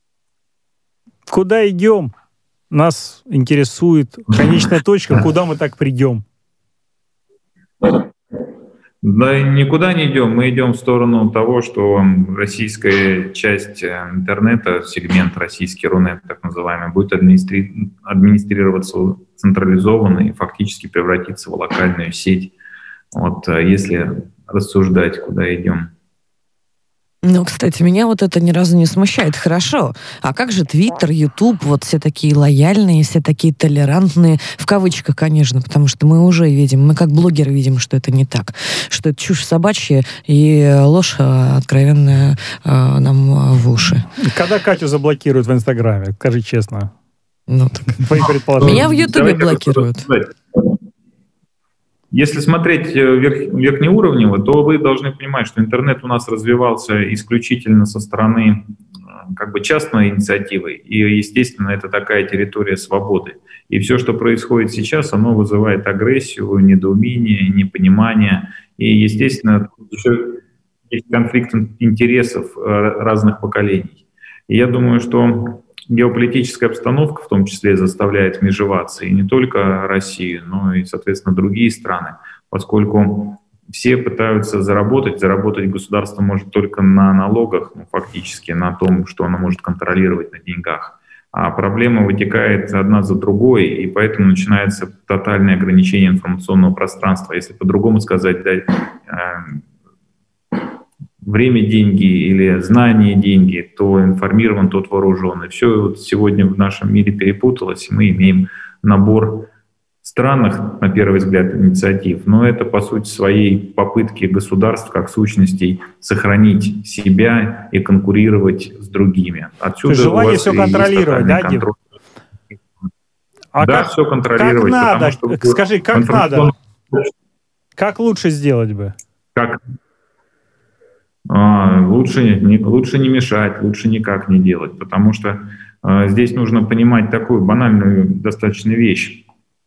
Куда идем? Нас интересует конечная точка, куда мы так придем. Да никуда не идем. Мы идем в сторону того, что российская часть интернета, сегмент российский Рунет, так называемый, будет администрироваться централизованно и фактически превратиться в локальную сеть. Вот если рассуждать, куда идем. Ну, кстати, меня вот это ни разу не смущает. Хорошо. А как же Твиттер, Ютуб, вот все такие лояльные, все такие толерантные, в кавычках, конечно, потому что мы уже видим, мы как блогеры видим, что это не так, что это чушь собачья и ложь откровенная нам в уши. Когда Катю заблокируют в Инстаграме, скажи честно. Ну, так. Твои предположения. Меня в Ютубе блокируют. Если смотреть верхнеуровнево, то вы должны понимать, что интернет у нас развивался исключительно со стороны как бы частной инициативы, и, естественно, это такая территория свободы. И все, что происходит сейчас, оно вызывает агрессию, недоумение, непонимание, и, естественно, еще есть конфликт интересов разных поколений. И я думаю, что геополитическая обстановка в том числе заставляет межеваться и не только Россию, но и, соответственно, другие страны, поскольку все пытаются заработать государство может только на налогах, фактически на том, что оно может контролировать на деньгах. А проблема вытекает одна за другой, и поэтому начинается тотальное ограничение информационного пространства. Если по-другому сказать, время – деньги или знание – деньги, то информирован тот вооруженный. Все вот сегодня в нашем мире перепуталось, и мы имеем набор странных, на первый взгляд, инициатив, но это, по сути своей, попытки государств, как сущностей, сохранить себя и конкурировать с другими. Отсюда желание все контролировать, да, Дим? А да, как, все контролировать. Как надо? Что скажи, как надо? Как лучше сделать бы? Как? Лучше не мешать, лучше никак не делать, потому что здесь нужно понимать такую банальную достаточно вещь.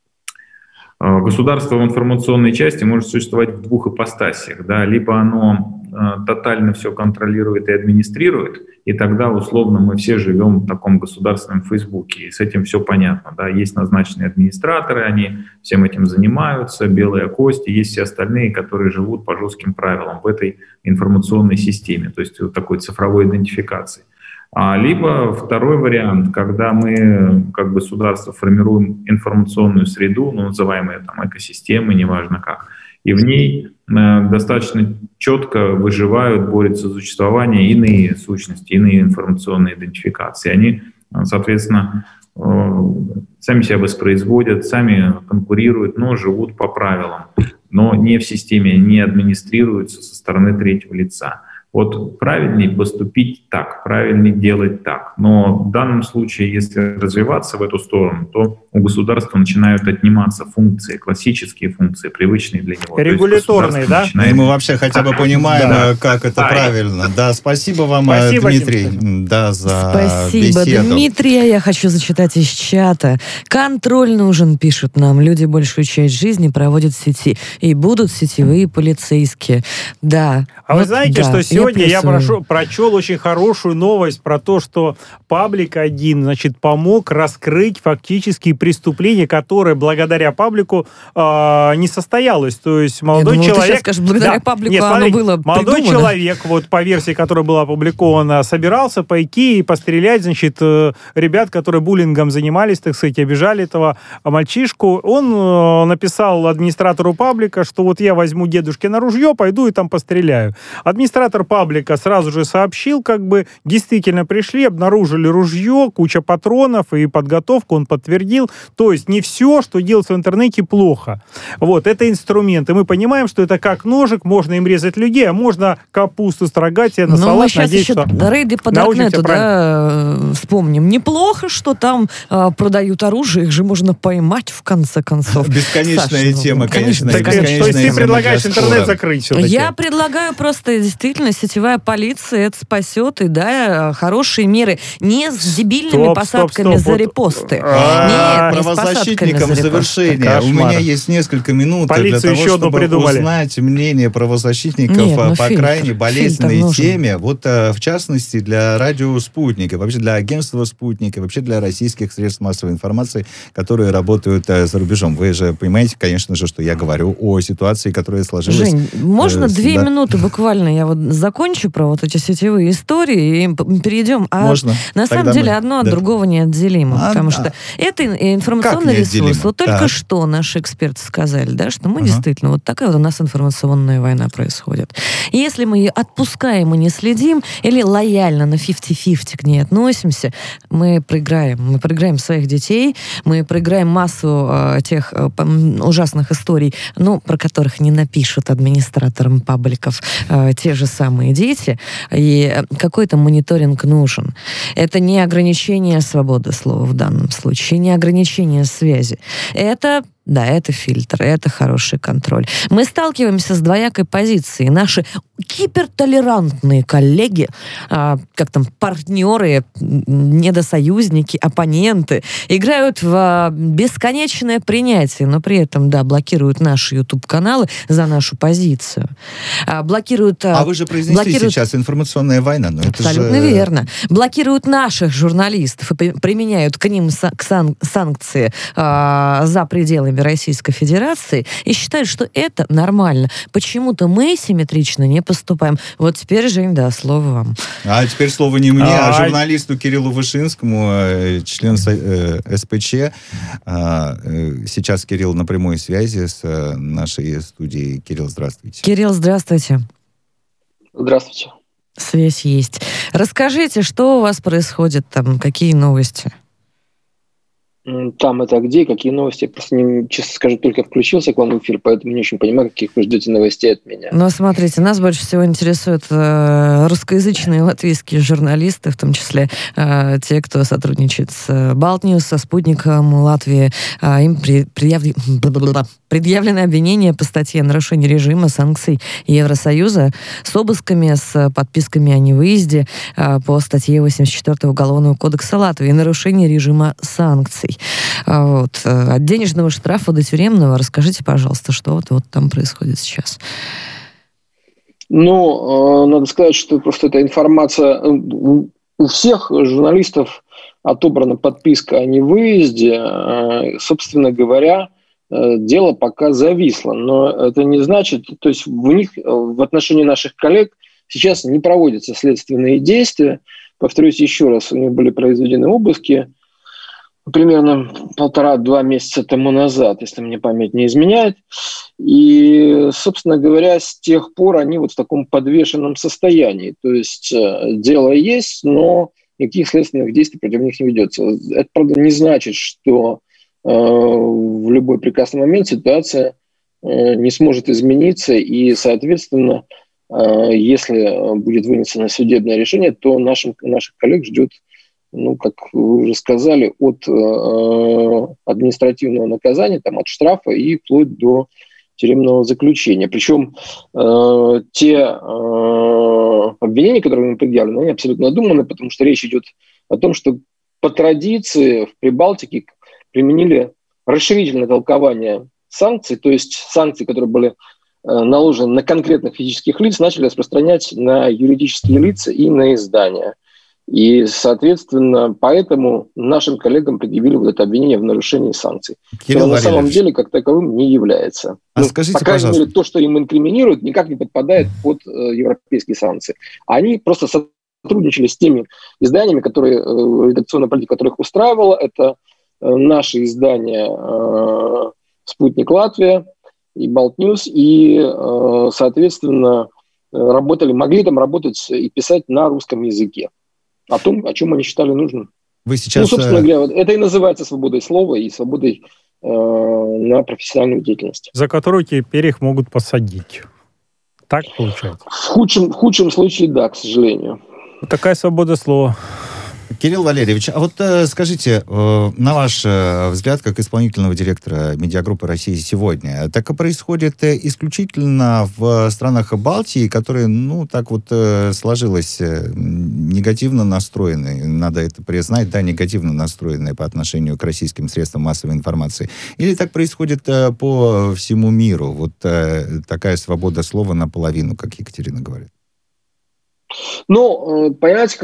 Государство в информационной части может существовать в двух ипостасях. Да? Либо оно тотально все контролирует и администрирует, и тогда условно мы все живем в таком государственном Фейсбуке, и с этим все понятно. Да? Есть назначенные администраторы, они всем этим занимаются, белые кости, есть все остальные, которые живут по жестким правилам в этой информационной системе, то есть вот такой цифровой идентификации. Либо второй вариант, когда мы, как государство, формируем информационную среду, называемые там экосистемы, неважно как, и в ней достаточно четко выживают, борются за существование иные сущности, иные информационные идентификации. Они, соответственно, сами себя воспроизводят, сами конкурируют, но живут по правилам, но не в системе, не администрируются со стороны третьего лица. Вот правильнее поступить так, правильнее делать так. Но в данном случае, если развиваться в эту сторону, то у государства начинают отниматься функции, классические функции, привычные для него. Регуляторные, да? И мы вообще хотя бы понимаем, как это правильно. Да, спасибо вам, Дмитрий, да, за Спасибо, беседу. Дмитрий. Я хочу зачитать из чата. Контроль нужен, пишут нам. Люди большую часть жизни проводят в сети. И будут сетевые полицейские. Да. А вот, вы знаете, что сегодня я прочел очень хорошую новость про то, что паблик один, значит, помог раскрыть фактические преступления, которые благодаря паблику не состоялось. То есть молодой человек... Ты сейчас скажешь, благодаря паблику оно было молодой придумано. Человек, вот по версии, которая была опубликована, собирался пойти и пострелять, значит, ребят, которые буллингом занимались, так сказать, обижали этого мальчишку. Он написал администратору паблика, что вот я возьму дедушкино ружье, пойду и там постреляю. Администратор паблика сразу же сообщил, как бы действительно пришли, обнаружили ружье, куча патронов и подготовку, он подтвердил. То есть не все, что делается в интернете, плохо. Вот, это инструменты. Мы понимаем, что это как ножик, можно им резать людей, а можно капусту строгать себе на салат. Мы сейчас еще рейды по Даркнету, вспомним. Неплохо, что там продают оружие, их же можно поймать в конце концов. Бесконечная тема, конечно. То есть ты предлагаешь интернет закрыть все-таки? Я предлагаю просто действительно сетевая полиция это спасет, и да, хорошие меры. Не с дебильными посадками за репосты. Нет, правозащитникам завершение. У меня есть несколько минут для того, чтобы узнать мнение правозащитников по крайне болезненной теме. Вот в частности для радио «Спутник», вообще для агентства «Спутник», вообще для российских средств массовой информации, которые работают за рубежом. Вы же понимаете, конечно же, что я говорю о ситуации, которая сложилась. Жень, можно 2 минуты буквально? Я вот закончу про вот эти сетевые истории и перейдем. Можно. На самом деле одно от другого неотделимо, потому что это информационный ресурс. Вот только что наши эксперты сказали, да, что мы действительно, вот такая вот у нас информационная война происходит. И если мы ее отпускаем и не следим, или лояльно на 50-50 к ней относимся, мы проиграем. Мы проиграем своих детей, мы проиграем массу тех ужасных историй, про которых не напишут администраторам пабликов те же самые дети. И какой-то мониторинг нужен. Это не ограничение свободы слова в данном случае, не ограничение связи. Это фильтр, это хороший контроль. Мы сталкиваемся с двоякой позицией. Наши гипертолерантные коллеги, партнеры, недосоюзники, оппоненты, играют в бесконечное принятие, но при этом, блокируют наши YouTube-каналы за нашу позицию. Блокируют... вы же произнесли сейчас информационная война. Но абсолютно это же... верно. Блокируют наших журналистов и применяют к ним санкции за пределами Российской Федерации и считают, что это нормально. Почему-то мы симметрично не поступаем. Вот теперь, Жень, слово вам. А теперь слово не мне, а журналисту Кириллу Вышинскому, член СПЧ. Сейчас Кирилл на прямой связи с нашей студией. Кирилл, здравствуйте. Кирилл, здравствуйте. Здравствуйте. Связь есть. Расскажите, что у вас происходит там, какие новости? Там это где, какие новости? Я просто, честно скажу, только включился к вам в эфир, поэтому не очень понимаю, каких вы ждете новостей от меня. Смотрите, нас больше всего интересуют русскоязычные латвийские журналисты, в том числе те, кто сотрудничает с Балтньюс, со Спутником Латвии. Им предъявлены обвинения по статье о нарушении режима санкций Евросоюза с обысками, с подписками о невыезде по статье 84 Уголовного кодекса Латвии, нарушение режима санкций. От денежного штрафа до тюремного расскажите, пожалуйста, что вот там происходит сейчас. Надо сказать, что просто эта информация... У всех журналистов отобрана подписка о невыезде. Собственно говоря, дело пока зависло. Но это не значит... То есть в отношении наших коллег сейчас не проводятся следственные действия. Повторюсь еще раз, у них были произведены обыски примерно 1,5-2 месяца тому назад, если мне память не изменяет. И, собственно говоря, с тех пор они в таком подвешенном состоянии. То есть дело есть, но никаких следственных действий против них не ведется. Это, правда, не значит, что в любой прекрасный момент ситуация не сможет измениться, и, соответственно, если будет вынесено судебное решение, то наших коллег ждет, как вы уже сказали, от административного наказания, от штрафа и вплоть до тюремного заключения. Причем те обвинения, которые им предъявлены, они абсолютно надуманы, потому что речь идет о том, что по традиции в Прибалтике применили расширительное толкование санкций, то есть санкции, которые были наложены на конкретных физических лиц, начали распространять на юридические лица и на издания. И, соответственно, поэтому нашим коллегам предъявили это обвинение в нарушении санкций. Кирилл на самом деле, как таковым, не является. Скажите, по крайней мере, то, что им инкриминируют, никак не подпадает под европейские санкции. Они просто сотрудничали с теми изданиями, редакционная политика которых устраивала. Это наши издания «Спутник Латвия» и «Балтньюс», и, соответственно, могли там работать и писать на русском языке. О том, о чем они считали нужным. Вы сейчас... собственно говоря, это и называется свободой слова и свободой на профессиональную деятельность. За которую теперь их могут посадить. Так получается? В худшем случае, да, к сожалению. Вот такая свобода слова. Кирилл Валерьевич, а вот скажите, на ваш взгляд, как исполнительного директора медиагруппы России сегодня, так и происходит исключительно в странах Балтии, которые, сложилось, негативно настроенные, надо это признать, негативно настроенные по отношению к российским средствам массовой информации? Или так происходит по всему миру? Вот такая свобода слова наполовину, как Екатерина говорит. Понимаете,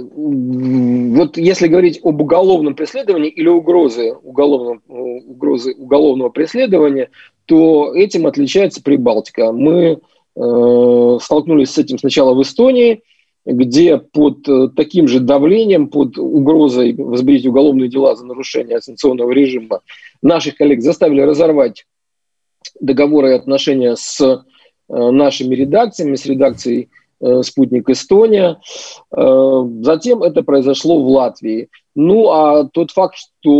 если говорить об уголовном преследовании или угрозы уголовного преследования, то этим отличается Прибалтика. Мы столкнулись с этим сначала в Эстонии, где под таким же давлением, под угрозой возбудить уголовные дела за нарушение санкционного режима, наших коллег заставили разорвать договоры и отношения с нашими редакциями, с редакцией «Спутник Эстония». Затем это произошло в Латвии. Ну, а тот факт,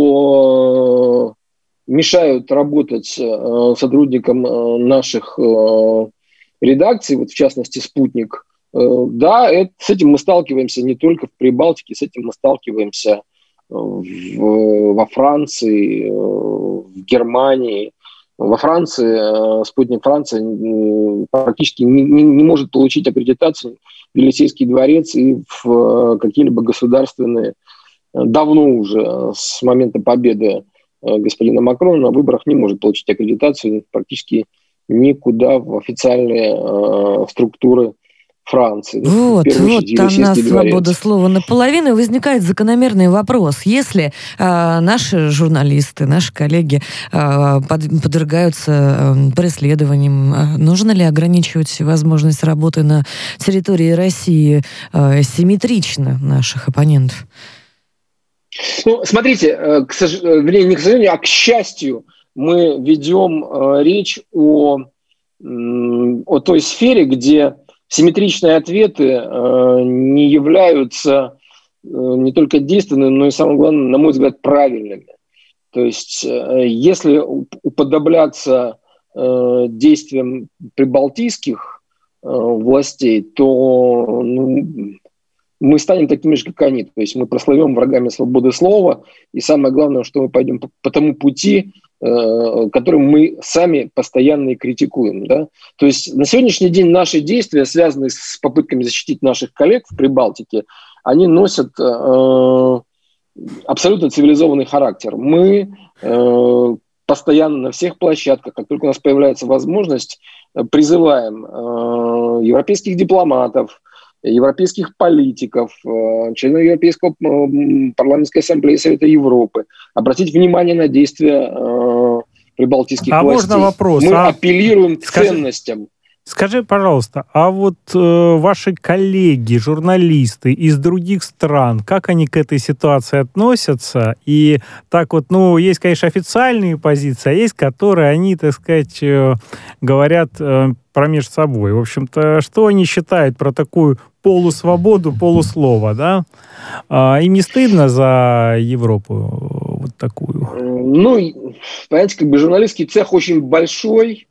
что мешают работать сотрудникам наших редакций, вот в частности «Спутник», да, с этим мы сталкиваемся не только в Прибалтике, с этим мы сталкиваемся во Франции, в Германии. Во Франции «Спутник Франции» практически не может получить аккредитацию в Елисейский дворец и в какие-либо государственные, давно уже с момента победы господина Макрона на выборах не может получить аккредитацию практически никуда в официальные структуры Франции. Вот она, свобода слова наполовину. Возникает закономерный вопрос. Если наши журналисты, наши коллеги подвергаются преследованиям, нужно ли ограничивать возможность работы на территории России симметрично наших оппонентов? Ну, смотрите, не к сожалению, а к счастью, мы ведем речь о той сфере, где симметричные ответы не являются не только действенными, но и, самое главное, на мой взгляд, правильными. То есть, если уподобляться действиям прибалтийских властей, то мы станем такими же, как они. То есть мы прославим врагами свободы слова, и самое главное, что мы пойдем по тому пути, который мы сами постоянно и критикуем. Да? То есть на сегодняшний день наши действия, связанные с попытками защитить наших коллег в Прибалтике, они носят абсолютно цивилизованный характер. Мы постоянно на всех площадках, как только у нас появляется возможность, призываем европейских дипломатов, европейских политиков, членов Европейского парламентской ассамблеи Совета Европы обратить внимание на действия прибалтийских властей. Можно вопрос? Мы апеллируем к ценностям. Скажи, пожалуйста, а вот ваши коллеги, журналисты из других стран, как они к этой ситуации относятся? И так вот, есть, конечно, официальные позиции, а есть, которые они, так сказать, говорят промеж собой. В общем-то, что они считают про такую полусвободу, полуслова, да? Им не стыдно за Европу вот такую? Понимаете, журналистский цех очень большой.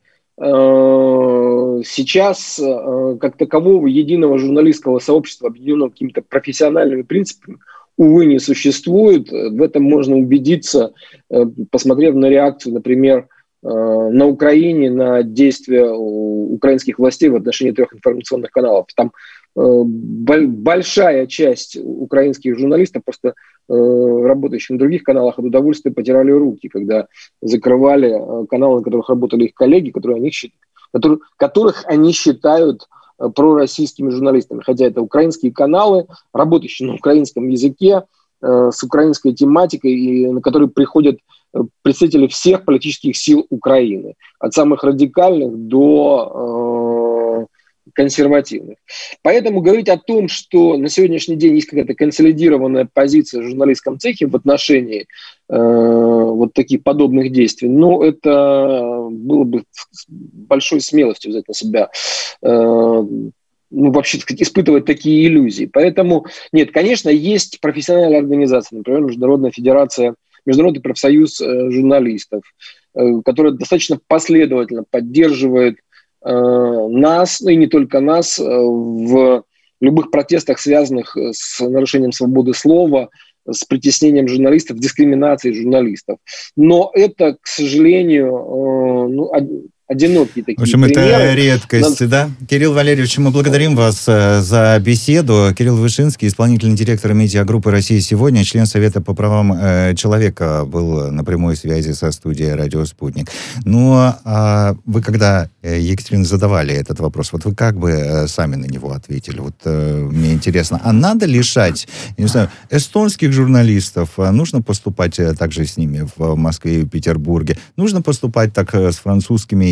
Сейчас как такового единого журналистского сообщества, объединенного какими-то профессиональными принципами, увы, не существует. В этом можно убедиться, посмотрев на реакцию, например, на Украине, на действия украинских властей в отношении 3 информационных каналов. Там большая часть украинских журналистов, просто работающих на других каналах, от удовольствия потирали руки, когда закрывали каналы, на которых работали их коллеги, которых они считают пророссийскими журналистами. Хотя это украинские каналы, работающие на украинском языке, с украинской тематикой, и на которые приходят представители всех политических сил Украины, от самых радикальных до консервативных. Поэтому говорить о том, что на сегодняшний день есть какая-то консолидированная позиция в журналистском цехе в отношении вот таких подобных действий, это было бы большой смелостью взять на себя, вообще, так сказать, испытывать такие иллюзии. Поэтому, нет, конечно, есть профессиональные организации, например, Международный профсоюз журналистов, который достаточно последовательно поддерживает нас, и не только нас, в любых протестах, связанных с нарушением свободы слова, с притеснением журналистов, дискриминацией журналистов. Но это, к сожалению, одинокие такие примеры. В общем, это редкость, да? Кирилл Валерьевич, мы благодарим вас за беседу. Кирилл Вышинский, исполнительный директор медиагруппы «Россия сегодня», член Совета по правам человека, был на прямой связи со студией «Радио Спутник». Вы когда, Екатерина, задавали этот вопрос, вы как бы сами на него ответили? Мне интересно, а надо лишать, не знаю, эстонских журналистов? Нужно поступать так же с ними в Москве и Петербурге? Нужно поступать так с французскими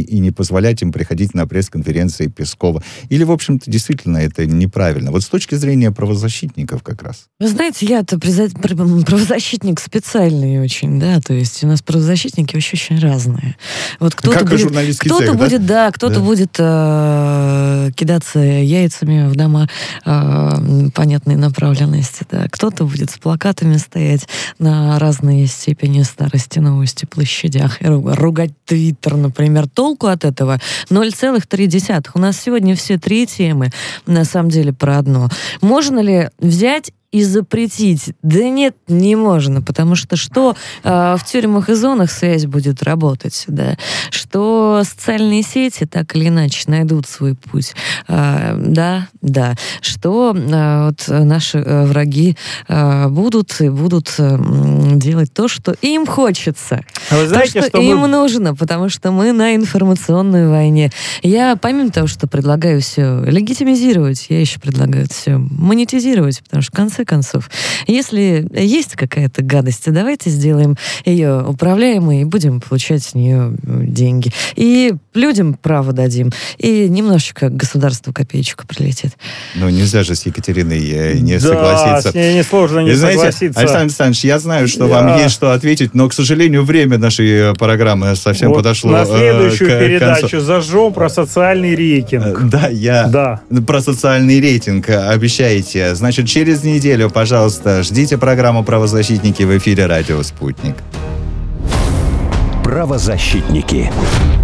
и не позволять им приходить на пресс-конференции Пескова? Или, в общем-то, действительно это неправильно? Вот с точки зрения правозащитников как раз. Вы знаете, я-то правозащитник специальный очень, да, то есть у нас правозащитники вообще очень разные. Вот кто-то как будет, журналистский кто-то цех, будет, да, кто-то будет кидаться яйцами в дома понятной направленности, да, кто-то будет с плакатами стоять на разные степени старости на устье площадях и ругать Твиттер, например. Толку от этого 0,3. У нас сегодня все 3 темы, на самом деле, про одно. Можно ли взять и запретить? Да нет, не можно, потому что в тюрьмах и зонах связь будет работать, да, что социальные сети так или иначе найдут свой путь, да, что вот наши враги будут делать то, что им хочется, вы знаете, то, что им нужно, потому что мы на информационной войне. Я, помимо того, что предлагаю все легитимизировать, я еще предлагаю все монетизировать, потому что в конце концов, если есть какая-то гадость, давайте сделаем ее управляемой и будем получать с нее деньги. И людям право дадим, и немножечко государству копеечку прилетит. Ну, нельзя же с Екатериной не согласиться. Да, с ней несложно не согласиться. Александр Александрович, я знаю, что вам есть что ответить, но, к сожалению, время нашей программы совсем подошло на следующую к передачу концу. Зажжем про социальный рейтинг. Да, про социальный рейтинг обещаете. Значит, через неделю, пожалуйста, ждите программу «Правозащитники» в эфире «Радио Спутник». Правозащитники.